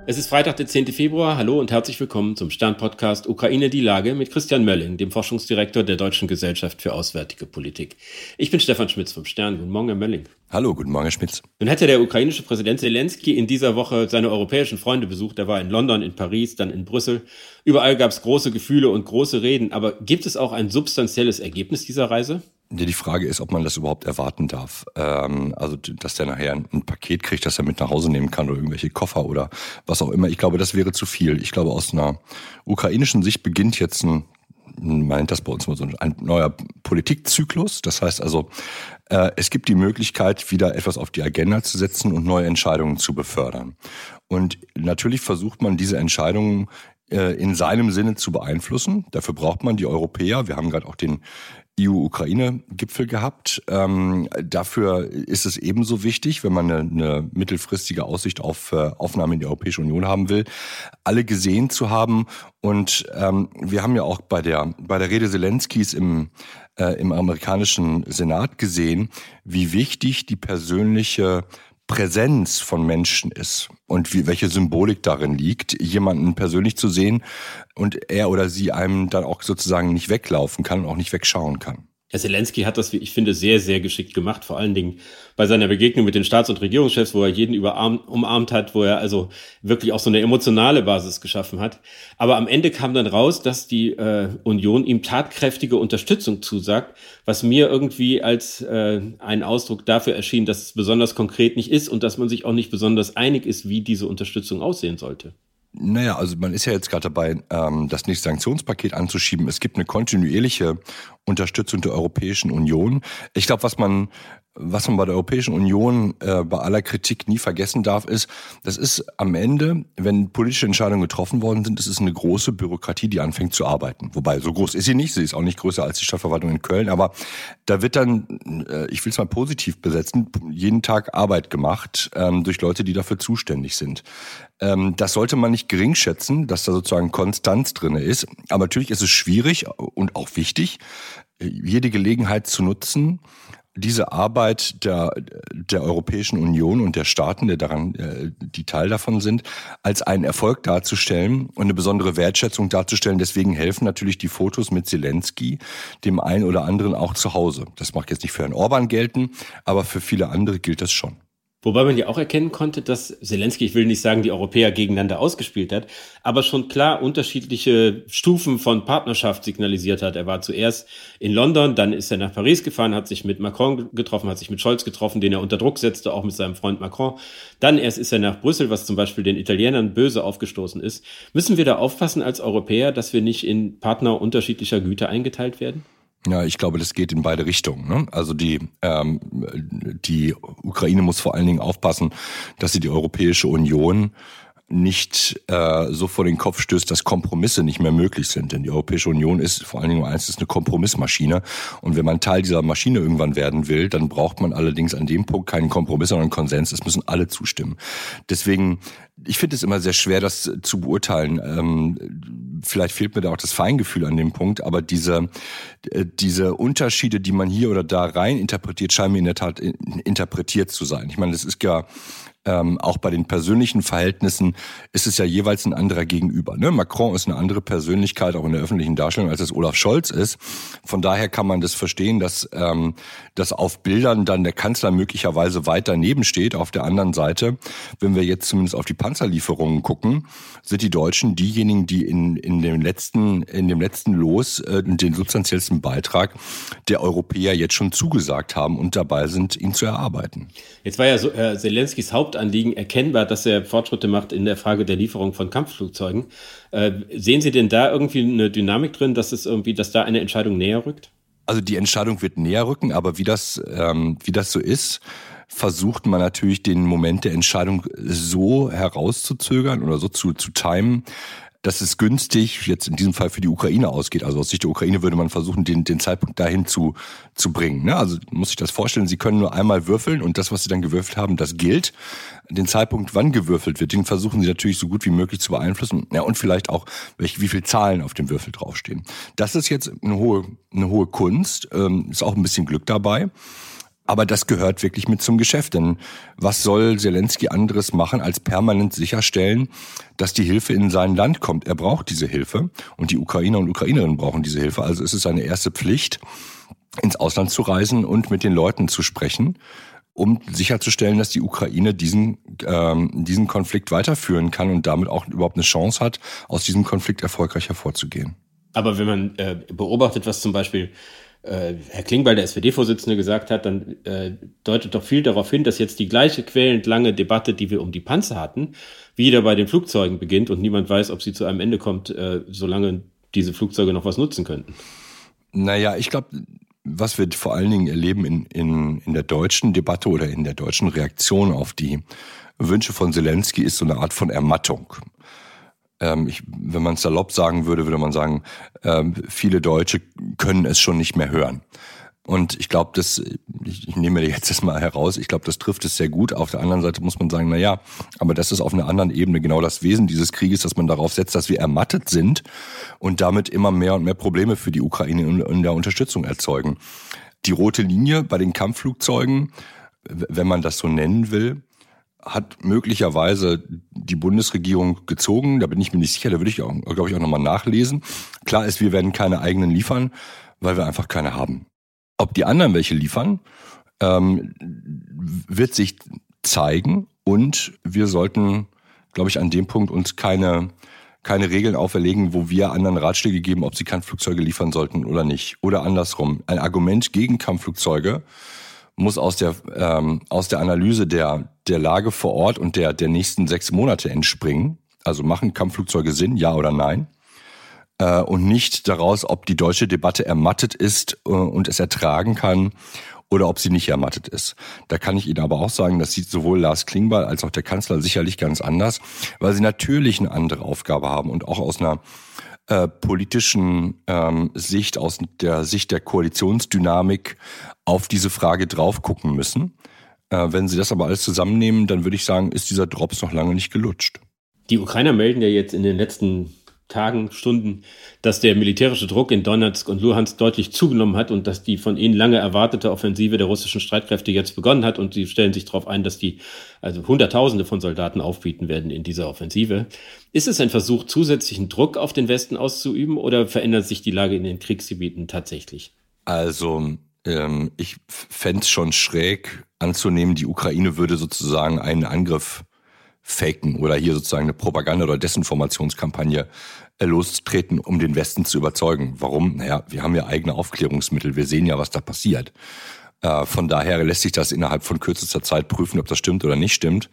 Es ist Freitag, der 10. Februar. Hallo und herzlich willkommen zum Stern-Podcast Ukraine die Lage mit Christian Mölling, dem Forschungsdirektor der Deutschen Gesellschaft für Auswärtige Politik. Ich bin Stefan Schmitz vom Stern. Guten Morgen, Herr Mölling. Hallo, guten Morgen, Herr Schmitz. Nun hat ja der ukrainische Präsident Zelensky in dieser Woche seine europäischen Freunde besucht. Er war in London, in Paris, dann in Brüssel. Überall gab es große Gefühle und große Reden. Aber gibt es auch ein substanzielles Ergebnis dieser Reise? Die Frage ist, ob man das überhaupt erwarten darf. Also, dass der nachher ein Paket kriegt, das er mit nach Hause nehmen kann oder irgendwelche Koffer oder was auch immer. Ich glaube, das wäre zu viel. Ich glaube, aus einer ukrainischen Sicht beginnt jetzt man nennt das bei uns mal so ein neuer Politikzyklus. Das heißt also, es gibt die Möglichkeit, wieder etwas auf die Agenda zu setzen und neue Entscheidungen zu befördern. Und natürlich versucht man, diese Entscheidungen in seinem Sinne zu beeinflussen. Dafür braucht man die Europäer. Wir haben gerade auch den EU-Ukraine-Gipfel gehabt. Dafür ist es ebenso wichtig, wenn man eine mittelfristige Aussicht auf Aufnahme in die Europäische Union haben will, alle gesehen zu haben. Und wir haben ja auch bei der Rede Zelenskys im amerikanischen Senat gesehen, wie wichtig die persönliche Präsenz von Menschen ist und welche Symbolik darin liegt, jemanden persönlich zu sehen und er oder sie einem dann auch sozusagen nicht weglaufen kann und auch nicht wegschauen kann. Herr Zelensky hat das, wie ich finde, sehr, sehr geschickt gemacht, vor allen Dingen bei seiner Begegnung mit den Staats- und Regierungschefs, wo er jeden umarmt hat, wo er also wirklich auch so eine emotionale Basis geschaffen hat. Aber am Ende kam dann raus, dass die Union ihm tatkräftige Unterstützung zusagt, was mir irgendwie als ein Ausdruck dafür erschien, dass es besonders konkret nicht ist und dass man sich auch nicht besonders einig ist, wie diese Unterstützung aussehen sollte. Naja, also man ist ja jetzt gerade dabei, das nächste Sanktionspaket anzuschieben. Es gibt eine kontinuierliche Unterstützung der Europäischen Union. Ich glaube, was man bei der Europäischen Union bei aller Kritik nie vergessen darf, ist, das ist am Ende, wenn politische Entscheidungen getroffen worden sind, ist es eine große Bürokratie, die anfängt zu arbeiten. Wobei, so groß ist sie nicht. Sie ist auch nicht größer als die Stadtverwaltung in Köln. Aber da wird dann, ich will es mal positiv besetzen, jeden Tag Arbeit gemacht durch Leute, die dafür zuständig sind. Das sollte man nicht gering schätzen, dass da sozusagen Konstanz drin ist. Aber natürlich ist es schwierig und auch wichtig, jede Gelegenheit zu nutzen, diese Arbeit der Europäischen Union und der Staaten, die Teil davon sind, als einen Erfolg darzustellen und eine besondere Wertschätzung darzustellen. Deswegen helfen natürlich die Fotos mit Zelensky dem einen oder anderen auch zu Hause. Das mag jetzt nicht für Herrn Orban gelten, aber für viele andere gilt das schon. Wobei man ja auch erkennen konnte, dass Zelensky, ich will nicht sagen, die Europäer gegeneinander ausgespielt hat, aber schon klar unterschiedliche Stufen von Partnerschaft signalisiert hat. Er war zuerst in London, dann ist er nach Paris gefahren, hat sich mit Macron getroffen, hat sich mit Scholz getroffen, den er unter Druck setzte, auch mit seinem Freund Macron. Dann erst ist er nach Brüssel, was zum Beispiel den Italienern böse aufgestoßen ist. Müssen wir da aufpassen als Europäer, dass wir nicht in Partner unterschiedlicher Güte eingeteilt werden? Ja, ich glaube, das geht in beide Richtungen, ne? Also die Ukraine muss vor allen Dingen aufpassen, dass sie die Europäische Union nicht so vor den Kopf stößt, dass Kompromisse nicht mehr möglich sind. Denn die Europäische Union ist vor allen Dingen nur eins, ist eine Kompromissmaschine. Und wenn man Teil dieser Maschine irgendwann werden will, dann braucht man allerdings an dem Punkt keinen Kompromiss, sondern einen Konsens. Es müssen alle zustimmen. Deswegen, ich finde es immer sehr schwer, das zu beurteilen. Vielleicht fehlt mir da auch das Feingefühl an dem Punkt, aber diese Unterschiede, die man hier oder da rein interpretiert, scheinen mir in der Tat interpretiert zu sein. Ich meine, das ist ja auch bei den persönlichen Verhältnissen ist es ja jeweils ein anderer Gegenüber. Ne? Macron ist eine andere Persönlichkeit, auch in der öffentlichen Darstellung, als es Olaf Scholz ist. Von daher kann man das verstehen, dass auf Bildern dann der Kanzler möglicherweise weit daneben steht. Auf der anderen Seite, wenn wir jetzt zumindest auf die Panzerlieferungen gucken, sind die Deutschen diejenigen, die in dem letzten Los den substanziellsten Beitrag der Europäer jetzt schon zugesagt haben und dabei sind, ihn zu erarbeiten. Jetzt war ja so Zelenskys Hauptanliegen erkennbar, dass er Fortschritte macht in der Frage der Lieferung von Kampfflugzeugen. Sehen Sie denn da irgendwie eine Dynamik drin, dass da eine Entscheidung näher rückt? Also die Entscheidung wird näher rücken, aber wie das so ist, versucht man natürlich den Moment der Entscheidung so herauszuzögern oder so zu timen, dass es günstig jetzt in diesem Fall für die Ukraine ausgeht. Also aus Sicht der Ukraine würde man versuchen, den Zeitpunkt dahin zu bringen. Ne? Also muss ich das vorstellen, Sie können nur einmal würfeln und das, was Sie dann gewürfelt haben, das gilt. Den Zeitpunkt, wann gewürfelt wird, den versuchen Sie natürlich so gut wie möglich zu beeinflussen. Ja, und vielleicht auch, wie viele Zahlen auf dem Würfel draufstehen. Das ist jetzt eine hohe Kunst, ist auch ein bisschen Glück dabei. Aber das gehört wirklich mit zum Geschäft, denn was soll Zelensky anderes machen, als permanent sicherstellen, dass die Hilfe in sein Land kommt? Er braucht diese Hilfe und die Ukrainer und Ukrainerinnen brauchen diese Hilfe. Also es ist seine erste Pflicht, ins Ausland zu reisen und mit den Leuten zu sprechen, um sicherzustellen, dass die Ukraine diesen Konflikt weiterführen kann und damit auch überhaupt eine Chance hat, aus diesem Konflikt erfolgreich hervorzugehen. Aber wenn man beobachtet, was zum Beispiel Herr Klingbeil, der SPD-Vorsitzende, gesagt hat, dann deutet doch viel darauf hin, dass jetzt die gleiche quälend lange Debatte, die wir um die Panzer hatten, wieder bei den Flugzeugen beginnt und niemand weiß, ob sie zu einem Ende kommt, solange diese Flugzeuge noch was nutzen könnten. Naja, ich glaube, was wir vor allen Dingen erleben in der deutschen Debatte oder in der deutschen Reaktion auf die Wünsche von Zelensky, ist so eine Art von Ermattung. Wenn man es salopp sagen würde, würde man sagen, viele Deutsche können es schon nicht mehr hören. Und ich glaube, ich nehme jetzt das mal heraus, ich glaube, das trifft es sehr gut. Auf der anderen Seite muss man sagen, na ja, aber das ist auf einer anderen Ebene genau das Wesen dieses Krieges, dass man darauf setzt, dass wir ermattet sind und damit immer mehr und mehr Probleme für die Ukraine in der Unterstützung erzeugen. Die rote Linie bei den Kampfflugzeugen, wenn man das so nennen will, hat möglicherweise die Bundesregierung gezogen. Da bin ich mir nicht sicher, da würde ich auch, glaube ich, auch nochmal nachlesen. Klar ist, wir werden keine eigenen liefern, weil wir einfach keine haben. Ob die anderen welche liefern, wird sich zeigen. Und wir sollten, glaube ich, an dem Punkt uns keine Regeln auferlegen, wo wir anderen Ratschläge geben, ob sie Kampfflugzeuge liefern sollten oder nicht. Oder andersrum. Ein Argument gegen Kampfflugzeuge muss aus der Analyse der Lage vor Ort und der nächsten 6 Monate entspringen. Also machen Kampfflugzeuge Sinn, ja oder nein? Und nicht daraus, ob die deutsche Debatte ermattet ist und es ertragen kann oder ob sie nicht ermattet ist. Da kann ich Ihnen aber auch sagen, das sieht sowohl Lars Klingbeil als auch der Kanzler sicherlich ganz anders, weil sie natürlich eine andere Aufgabe haben und auch aus einer politischen Sicht, aus der Sicht der Koalitionsdynamik auf diese Frage drauf gucken müssen. Wenn Sie das aber alles zusammennehmen, dann würde ich sagen, ist dieser Drops noch lange nicht gelutscht. Die Ukrainer melden ja jetzt in den letzten Tagen, Stunden, dass der militärische Druck in Donetsk und Luhansk deutlich zugenommen hat und dass die von ihnen lange erwartete Offensive der russischen Streitkräfte jetzt begonnen hat. Und sie stellen sich darauf ein, dass die also Hunderttausende von Soldaten aufbieten werden in dieser Offensive. Ist es ein Versuch, zusätzlichen Druck auf den Westen auszuüben oder verändert sich die Lage in den Kriegsgebieten tatsächlich? Also ich fände es schon schräg anzunehmen, die Ukraine würde sozusagen einen Angriff faken oder hier sozusagen eine Propaganda- oder Desinformationskampagne lostreten, um den Westen zu überzeugen. Warum? Naja, wir haben ja eigene Aufklärungsmittel, wir sehen ja, was da passiert. Von daher lässt sich das innerhalb von kürzester Zeit prüfen, ob das stimmt oder nicht stimmt.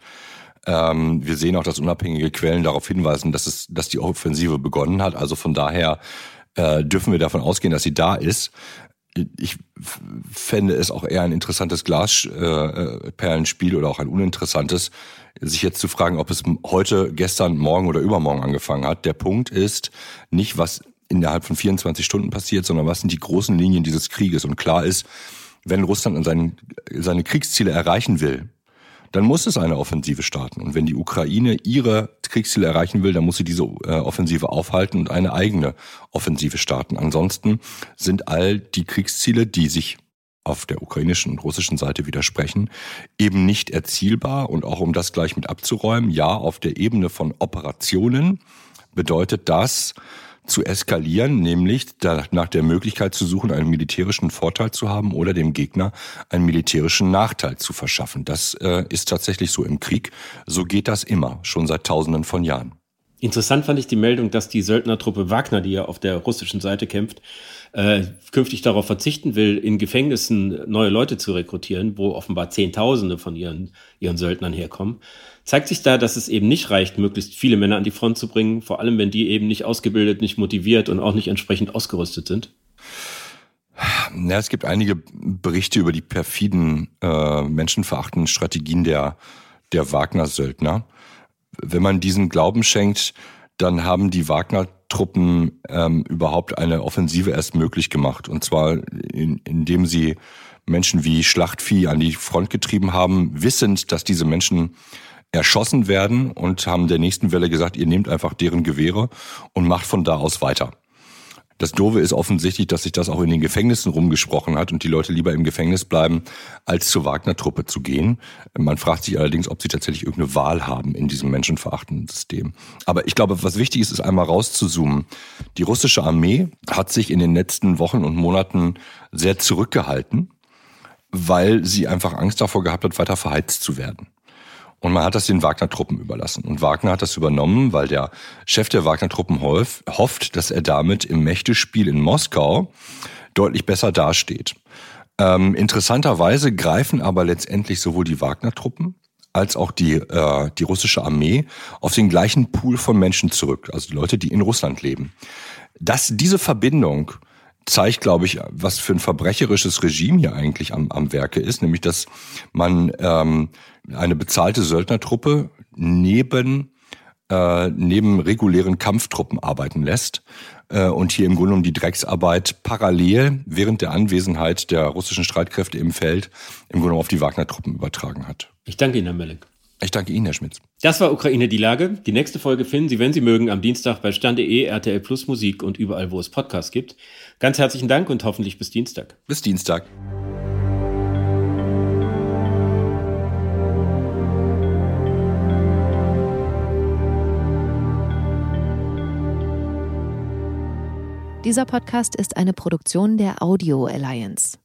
Wir sehen auch, dass unabhängige Quellen darauf hinweisen, dass die Offensive begonnen hat. Also von daher dürfen wir davon ausgehen, dass sie da ist. Ich fände es auch eher ein interessantes Glasperlenspiel oder auch ein uninteressantes, sich jetzt zu fragen, ob es heute, gestern, morgen oder übermorgen angefangen hat. Der Punkt ist nicht, was innerhalb von 24 Stunden passiert, sondern was sind die großen Linien dieses Krieges. Und klar ist, wenn Russland seine Kriegsziele erreichen will, dann muss es eine Offensive starten. Und wenn die Ukraine ihre Kriegsziele erreichen will, dann muss sie diese Offensive aufhalten und eine eigene Offensive starten. Ansonsten sind all die Kriegsziele, die sich auf der ukrainischen und russischen Seite widersprechen, eben nicht erzielbar. Und auch um das gleich mit abzuräumen, ja, auf der Ebene von Operationen bedeutet das, zu eskalieren, nämlich nach der Möglichkeit zu suchen, einen militärischen Vorteil zu haben oder dem Gegner einen militärischen Nachteil zu verschaffen. Das ist tatsächlich so im Krieg. So geht das immer, schon seit Tausenden von Jahren. Interessant fand ich die Meldung, dass die Söldnertruppe Wagner, die ja auf der russischen Seite kämpft, künftig darauf verzichten will, in Gefängnissen neue Leute zu rekrutieren, wo offenbar Zehntausende von ihren Söldnern herkommen. Zeigt sich da, dass es eben nicht reicht, möglichst viele Männer an die Front zu bringen, vor allem wenn die eben nicht ausgebildet, nicht motiviert und auch nicht entsprechend ausgerüstet sind? Ja, es gibt einige Berichte über die perfiden, menschenverachtenden Strategien der Wagner-Söldner. Wenn man diesen Glauben schenkt, dann haben die Wagner-Truppen überhaupt eine Offensive erst möglich gemacht. Und zwar indem sie Menschen wie Schlachtvieh an die Front getrieben haben, wissend, dass diese Menschen erschossen werden, und haben der nächsten Welle gesagt, ihr nehmt einfach deren Gewehre und macht von da aus weiter. Das Doofe ist offensichtlich, dass sich das auch in den Gefängnissen rumgesprochen hat und die Leute lieber im Gefängnis bleiben, als zur Wagner-Truppe zu gehen. Man fragt sich allerdings, ob sie tatsächlich irgendeine Wahl haben in diesem menschenverachtenden System. Aber ich glaube, was wichtig ist, ist einmal rauszuzoomen. Die russische Armee hat sich in den letzten Wochen und Monaten sehr zurückgehalten, weil sie einfach Angst davor gehabt hat, weiter verheizt zu werden. Und man hat das den Wagner-Truppen überlassen. Und Wagner hat das übernommen, weil der Chef der Wagner-Truppen hofft, dass er damit im Mächtespiel in Moskau deutlich besser dasteht. Interessanterweise greifen aber letztendlich sowohl die Wagner-Truppen als auch die russische Armee auf den gleichen Pool von Menschen zurück. Also die Leute, die in Russland leben. Diese Verbindung zeigt, glaube ich, was für ein verbrecherisches Regime hier eigentlich am Werke ist, nämlich dass man eine bezahlte Söldnertruppe neben regulären Kampftruppen arbeiten lässt und hier im Grunde genommen die Drecksarbeit parallel während der Anwesenheit der russischen Streitkräfte im Feld im Grunde genommen auf die Wagner-Truppen übertragen hat. Ich danke Ihnen, Herr Mölling. Ich danke Ihnen, Herr Schmitz. Das war Ukraine die Lage. Die nächste Folge finden Sie, wenn Sie mögen, am Dienstag bei Stern.de, RTL Plus Musik und überall, wo es Podcasts gibt. Ganz herzlichen Dank und hoffentlich bis Dienstag. Bis Dienstag. Dieser Podcast ist eine Produktion der Audio Alliance.